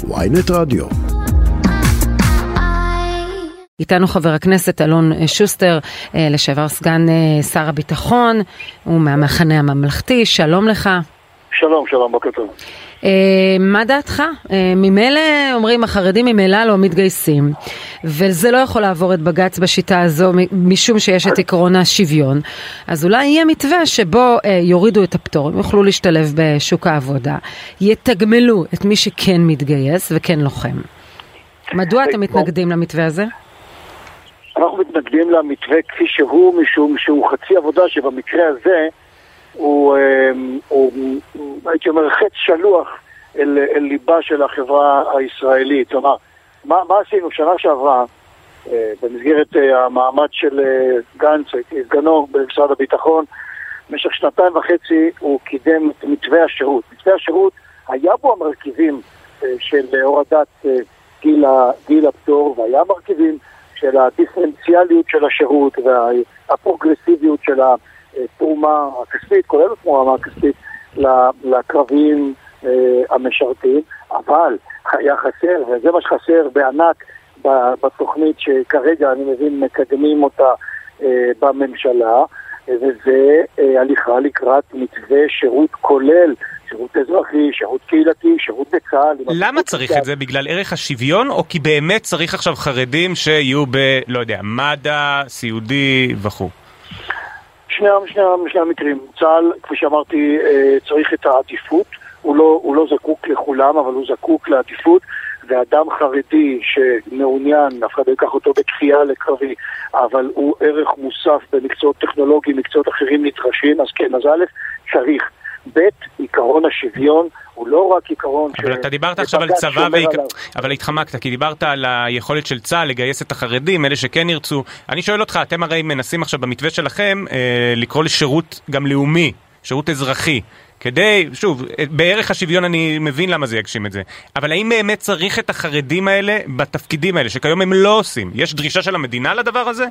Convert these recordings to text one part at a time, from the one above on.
ynet רדיו. איתנו חבר הכנסת אלון שוסטר, לשעבר סגן שר הביטחון, הוא מהמחנה הממלכתי. שלום לך. שלום, שלום, בוקר טוב. מה דעתך? ממילא אומרים החרדים ממילא לא מתגייסים, וזה לא יכול לעבור את בג"ץ בשיטה הזו משום שיש את עקרון השוויון. אז אולי יהיה מתווה שבו יורידו את הפטור, הם יוכלו להשתלב בשוק העבודה, יתגמלו את מי שכן מתגייס וכן לוחם. מדוע אתם מתנגדים למתווה הזה? אנחנו מתנגדים למתווה כפי שהוא, משום שהוא חצי עבודה שבמקרה הזה הוא הייתי אומר, חץ שלוח אל ליבה של החברה הישראלית. כלומר, מה עשינו שנה שעברה במסגרת המעמד של גנץ, סגנו במשרד הביטחון, במשך 2.5 הוא קידם את מתווה השירות. מתווה השירות היה בו המרכיבים של הורדת גיל הפטור, והיה מרכיבים של הדיפרנציאליות של השירות והפרוגרסיביות של התרומה הכספית, כולל התרומה הכספית לקרביים המשרתים, אבל היה חסר, וזה מה שחסר בענק בתוכנית שכרגע אני מבין מקדמים אותה בממשלה, וזה הליכה לקראת מתווה שירות כולל, שירות אזרחי, שירות קהילתי, שירות בצה"ל. למה צריך את זה? בגלל ערך השוויון, או כי באמת צריך עכשיו חרדים שיהיו לא יודע, מד"א, סיעודי וכו'? שני המקרים. צה"ל, כפי שאמרתי, צריך את העדיפות. הוא לא זקוק לכולם, אבל הוא זקוק לעדיפות. ואדם חרדי שמעוניין, אף אחד לא ייקח אותו בכפייה לקרבי, אבל הוא ערך מוסף במקצועות טכנולוגיים, מקצועות אחרים נדרשים, אז כן, אז א', צריך. ב', עיקרון השוויון הוא לא רק עיקרון אבל אתה דיברת עכשיו על צבא אבל התחמקת, כי דיברת על היכולת של צה"ל לגייס את החרדים, אלה שכן ירצו. אני שואל אותך, אתם הרי מנסים עכשיו במתווה שלכם לקרוא לשירות גם לאומי, שירות אזרחי, כדי, שוב, בערך השוויון אני מבין למה זה יגשים את זה, אבל האם באמת צריך את החרדים האלה בתפקידים האלה, שכיום הם לא עושים? יש דרישה של המדינה לדבר הזה?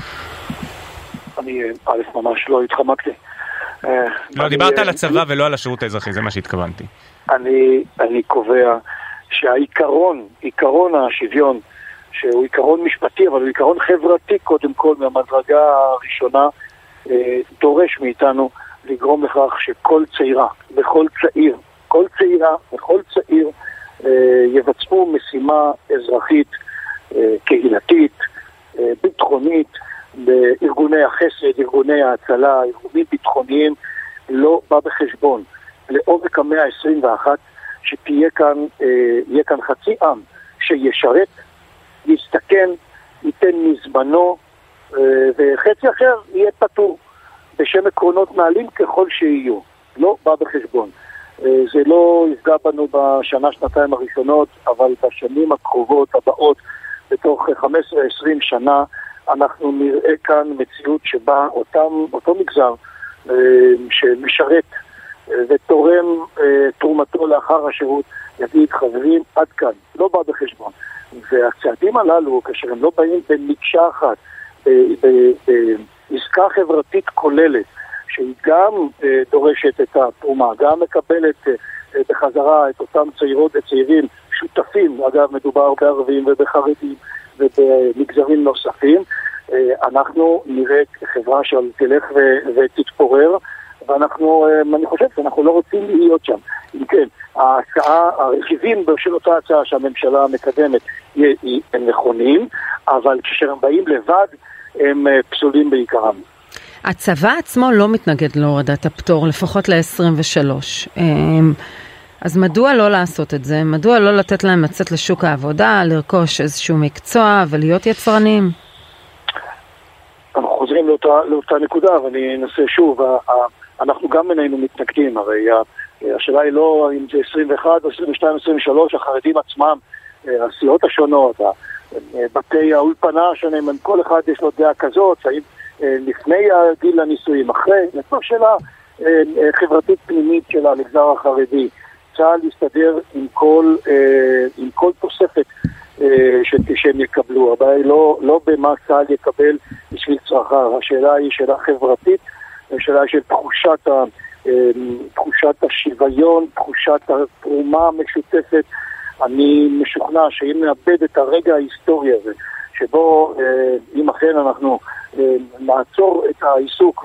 אני ממש לא התחמקתי. לא, דיברת על הצבא ולא על השירות האזרחי, זה מה שהתכוונתי. אני קובע עיקרון השוויון, שהוא עיקרון משפטי, אבל הוא עיקרון חברתי קודם כל מהמדרגה הראשונה, דורש מאיתנו לגרום לכך שכל צעירה וכל צעיר, כל צעירה וכל צעיר יבצעו משימה אזרחית, קהילתית, ביטחונית, בארגוני החסד, ארגוני ההצלה, ארגונים ביטחוניים. לא בא בחשבון לעומק המאה ה-21 שיהיה כאן חצי עם שישרת, יסתכן, ייתן מזמנו, וחצי אחר יהיה פטור בשם עקרונות נעלים ככל שיהיו. לא בא בחשבון. זה לא יפגע בנו בשנה-שנתיים הראשונות, אבל בשנים הקרובות הבאות, בתוך 15-20 שנה, אנחנו נראה כאן מציאות שבה אותו מגזר שמשרת ותורם תרומתו לאחר השירות יגיד, חברים, עד כאן, לא בא בחשבון. והצעדים הללו, כאשר הם לא באים במקשה אחת, בעסקה חברתית כוללת, שהיא גם דורשת את התרומה, גם מקבלת בחזרה את אותם צעירות וצעירים שותפים, אגב מדובר בערבים ובחרדים ובמגזרים נוספים, אנחנו נראה חברה שתלך ותתפורר, ואני חושב שאנחנו לא רוצים להיות שם. אם כן, הרכיבים של אותה הצעה שהממשלה מקדמת הם נכונים, אבל כשהם באים לבד הם פסולים בעיקרם. הצבא עצמו לא מתנגד להורדת הפטור, לפחות ל-23. אז מדוע לא לעשות את זה? מדוע לא לתת להם לצאת לשוק העבודה, לרכוש איזשהו מקצוע ולהיות יצרנים? אנחנו חוזרים לאותה נקודה, ואני אנסה שוב. אנחנו גם בינינו מתנגדים, הרי השאלה היא לא אם זה 21 או 22, 23, החרדים עצמם, הסיעות השונות, בתי האולפנה השונים, כל אחד יש לו דעה כזאת, האם לפני הגיל הנישואים, אחרי, זאת שאלה חברתית פנימית של המגזר החרדי. צה"ל יסתדר עם כל תוספת שהם יקבלו. הבעיה היא לא במה צה"ל יקבל בשביל צרכיו. השאלה היא שאלה חברתית, השאלה של תחושת השוויון, תחושת התרומה המשותפת, אני משוכנע שאם נאבד את הרגע ההיסטורי הזה, שבו אם אכן אנחנו נעצור את העיסוק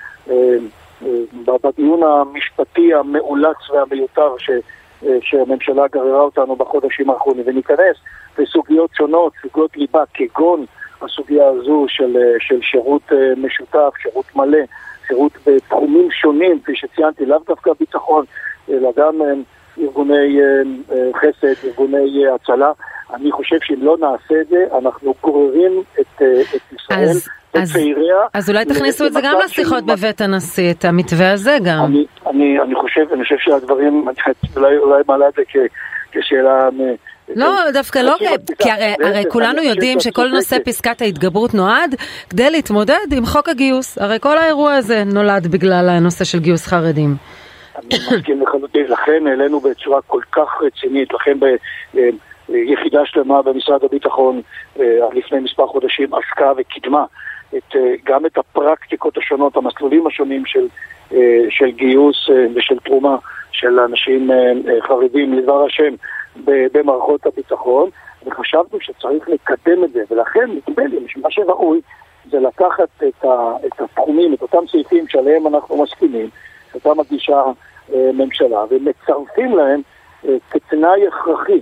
בדיון המשפטי המאולץ והמיותר שהממשלה גררה אותנו בחודשים האחרונים, וניכנס לסוגיות שונות, סוגיות ליבה, כגון הסוגיה הזו של שירות משותף, שירות מלא, שירות בתחומים שונים, כפי שציינתי, לאו דווקא ביטחון, אלא גם ארגוני חסד, ארגוני הצלה. אני חושב שאם לא נעשה את זה, אנחנו גוררים את ישראל, את צעיריה. אז אולי תכניסו את זה גם לשיחות בבית הנשיא, את המתווה הזה גם. אני חושב שהדברים, אולי מעלה את זה כשאלה... לא, דווקא לא, כי הרי כולנו יודעים שכל נושא פסקת ההתגברות נועד כדי להתמודד עם חוק הגיוס. הרי כל האירוע הזה נולד בגלל הנושא של גיוס חרדים. אני מסכים לחלוטין, לכן העלינו בצורה כל כך רצינית, לכן ביחידה שלמה במשרד הביטחון לפני מספר חודשים עסקה וקידמה גם את הפרקטיקות השונות, המסלולים השונים של גיוס ושל תרומה של אנשים חרדים לדבר השם במערכות הביטחון, וחשבנו שצריך לקדם את זה, ולכן נקבל מה שראוי זה לקחת את התחומים, את אותם סעיפים שעליהם אנחנו מסכימים, שאותה מגישה ממשלה, ומצרפים להם כתנאי הכרחי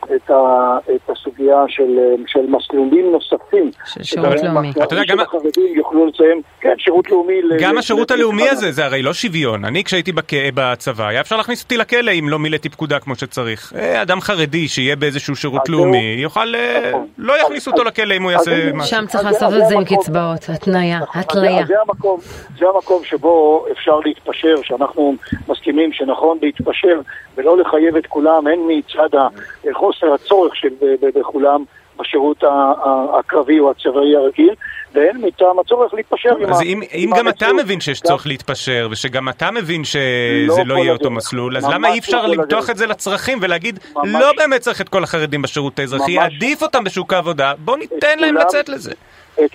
את הסוגיה של מסלולים נוספים. שירות לאומי. אתה יודע, גם החרדים יוכלו לציין, כן, שירות לאומי. גם השירות הלאומי הזה, זה הרי לא שוויון. אני כשהייתי בצבא, היה אפשר להכניס אותי לכלא אם לא מילאתי פקודה כמו שצריך. אדם חרדי שיהיה באיזשהו שירות לאומי, יוכל, לא יכניס אותו לכלא אם הוא יעשה משהו. שם צריך לעשות את זה עם קצבאות, התניה. זה המקום שבו אפשר להתפשר, שאנחנו מסכימים שנכון להתפשר, ולא לחייב את כולם, הן מצד חוסר הצורך בכולם בשירות הקרבי או הצבאי הרגיל, והן מטעם הצורך להתפשר. אז אם גם אתה מבין שיש צורך להתפשר, ושגם אתה מבין שזה לא יהיה אותו מסלול, אז למה אי אפשר למתוח את זה לצרכים ולהגיד, לא באמת צריך את כל החרדים בשירות האזרחי, עדיף אותם בשוק העבודה, בוא ניתן להם לצאת לזה. את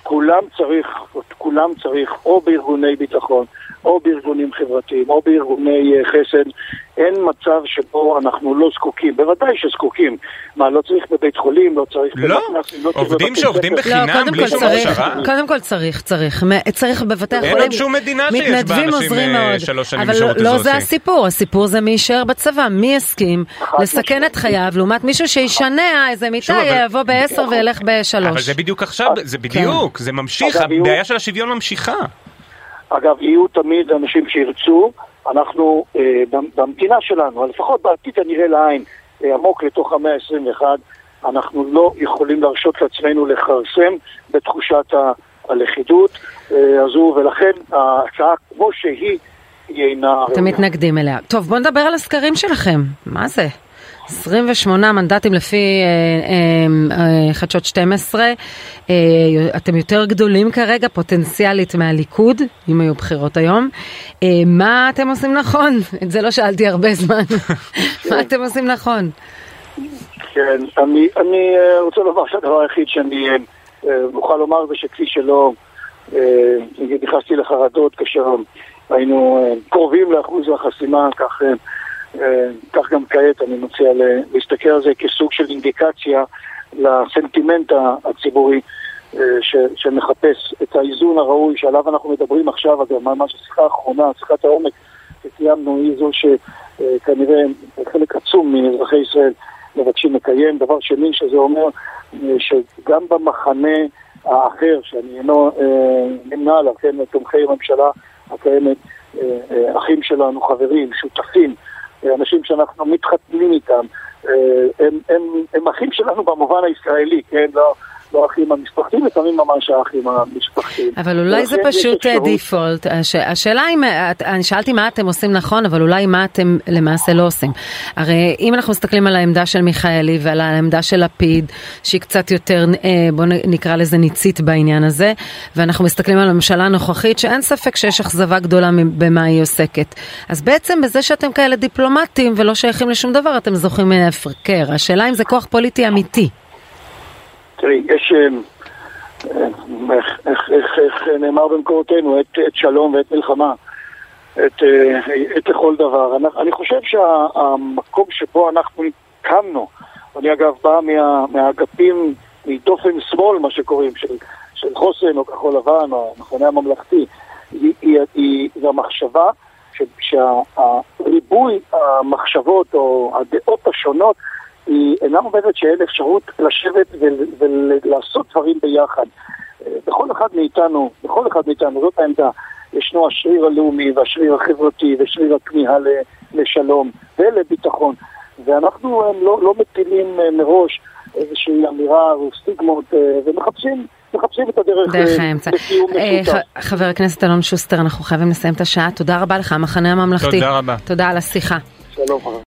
כולם צריך או בארגוני ביטחון, או בארגונים חברתיים, או בארגוני חסד. אין מצב שבו אנחנו לא זקוקים, בוודאי שזקוקים. מה, לא צריך בבית חולים, לא צריך... לא, עובדים שעובדים בחינם, בלי שום הכשרה. קודם כל צריך בבתי החולים. אין עוד שום מדינה שיש בה אנשים 3 שנים בשירות אזרחי. אבל לא זה הסיפור זה מי יישאר בצבא, מי יסכים לסכן את חייו, לעומת מישהו שישנע איזה מיטה, יבוא ב10 וילך ב3. אבל זה בדיוק עכשיו, זה בדיוק, זה ממשיך, הבעיה של השוויון ממשיכה. אגב, יהיו תמיד אנשים שירצו, אנחנו במדינה שלנו, לפחות בעתיד הנראה לעין, עמוק לתוך המאה ה-21, אנחנו לא יכולים להרשות לעצמנו לחרסם בתחושת הלכידות הזו, ולכן ההצעה כמו שהיא אינה... אתם מתנגדים אליה. טוב, בואו נדבר על הסקרים שלכם. מה זה? 28 מנדטים לפי חדשות 12, אתם יותר גדולים כרגע פוטנציאלית מהליכוד, אם היו בחירות היום. מה אתם עושים נכון? את זה לא שאלתי הרבה זמן. מה אתם עושים נכון? כן, אני רוצה לומר שהדבר היחיד שאני מוכן לומר זה שכפי שלא נכנסתי לחרדות כאשר היינו קרובים לאחוז החסימה, כך גם כעת אני מציע להסתכל על זה כסוג של אינדיקציה לסנטימנט הציבורי שמחפש את האיזון הראוי שעליו אנחנו מדברים עכשיו. אגב, ממש השיחה האחרונה, שיחת העומק שקיימנו, היא זו שכנראה חלק עצום מאזרחי ישראל מבקשים לקיים. דבר שני שזה אומר שגם במחנה האחר, שאני אינו נמנה עליו, כן, תומכי הממשלה הקיימת, אחים שלנו, חברים, שותפים, אנשים שאנחנו מתחתנים איתם, הם אחים שלנו במובן הישראלי, כן? לא אחים המשפחתיים, לפעמים ממש האחים המשפחתיים. אבל אולי זה פשוט דיפולט. השאלה אם, אני שאלתי מה אתם עושים נכון, אבל אולי מה אתם למעשה לא עושים. הרי אם אנחנו מסתכלים על העמדה של מיכאלי ועל העמדה של לפיד, שהיא קצת יותר, בוא נקרא לזה ניצית בעניין הזה, ואנחנו מסתכלים על הממשלה הנוכחית, שאין ספק שיש אכזבה גדולה במה היא עוסקת. אז בעצם בזה שאתם כאלה דיפלומטים ולא שייכים לשום דבר, אתם זוכים להפקר. השאלה אם זה כוח פוליטי אמיתי. תראי, יש, איך נאמר במקורותינו, את שלום ואת מלחמה, את לכל דבר. אני חושב שהמקום שבו אנחנו קמנו, אני אגב בא מהאגפים, מדופן שמאל, מה שקוראים, של חוסן או כחול לבן, או המחנה הממלכתי, זו המחשבה שהריבוי המחשבות או הדעות השונות היא אינה עומדת שאין אפשרות לשבת ולעשות דברים ביחד. בכל אחד מאיתנו, זאת העמדה, ישנו השריר הלאומי והשריר החברתי ושריר הכמיהה לשלום ולביטחון, ואנחנו לא מטילים מראש איזושהי אמירה או סטיגמות ומחפשים את הדרך לקיום משותף. חבר הכנסת אלון שוסטר, אנחנו חייבים לסיים את השעה. תודה רבה לך, המחנה הממלכתי. תודה רבה. תודה על השיחה. שלום.